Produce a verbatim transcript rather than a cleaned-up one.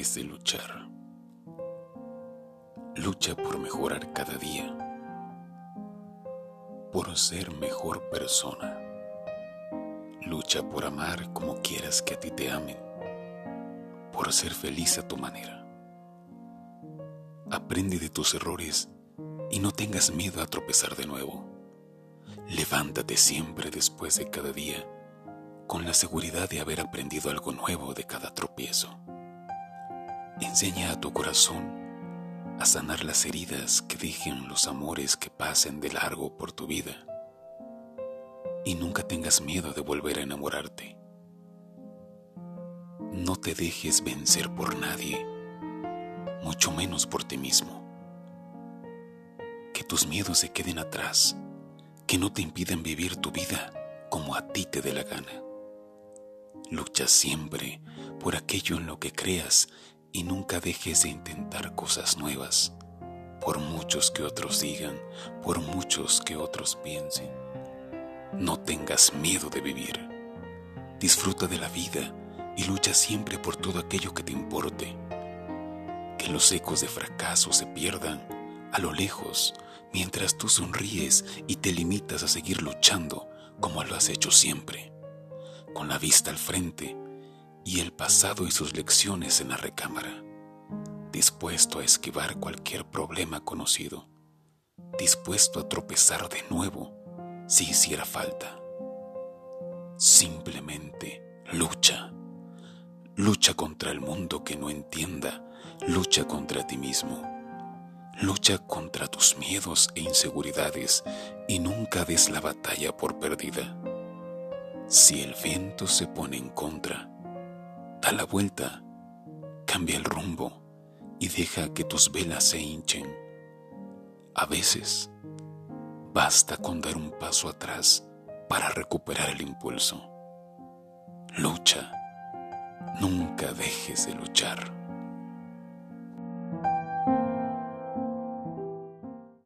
dejes de luchar. Lucha por mejorar cada día, por ser mejor persona. Lucha por amar como quieras que a ti te amen, por ser feliz a tu manera. Aprende de tus errores y no tengas miedo a tropezar de nuevo. Levántate siempre después de cada día con la seguridad de haber aprendido algo nuevo de cada tropiezo. Enseña a tu corazón a sanar las heridas que dejen los amores que pasen de largo por tu vida. Y nunca tengas miedo de volver a enamorarte. No te dejes vencer por nadie, mucho menos por ti mismo. Que tus miedos se queden atrás, que no te impidan vivir tu vida como a ti te dé la gana. Lucha siempre por aquello en lo que creas y nunca dejes de intentar cosas nuevas, por muchos que otros digan, por muchos que otros piensen. No tengas miedo de vivir. Disfruta de la vida y lucha siempre por todo aquello que te importe. Que los ecos de fracaso se pierdan a lo lejos mientras tú sonríes y te limitas a seguir luchando como lo has hecho siempre, con la vista al frente y el pasado y sus lecciones en la recámara, dispuesto a esquivar cualquier problema conocido, dispuesto a tropezar de nuevo si hiciera falta. Simplemente lucha. Lucha contra el mundo que no entienda, lucha contra ti mismo. Lucha contra tus miedos e inseguridades y nunca des la batalla por perdida. Si el viento se pone en contra, da la vuelta, cambia el rumbo y deja que tus velas se hinchen. A veces, basta con dar un paso atrás para recuperar el impulso. Lucha, nunca dejes de luchar.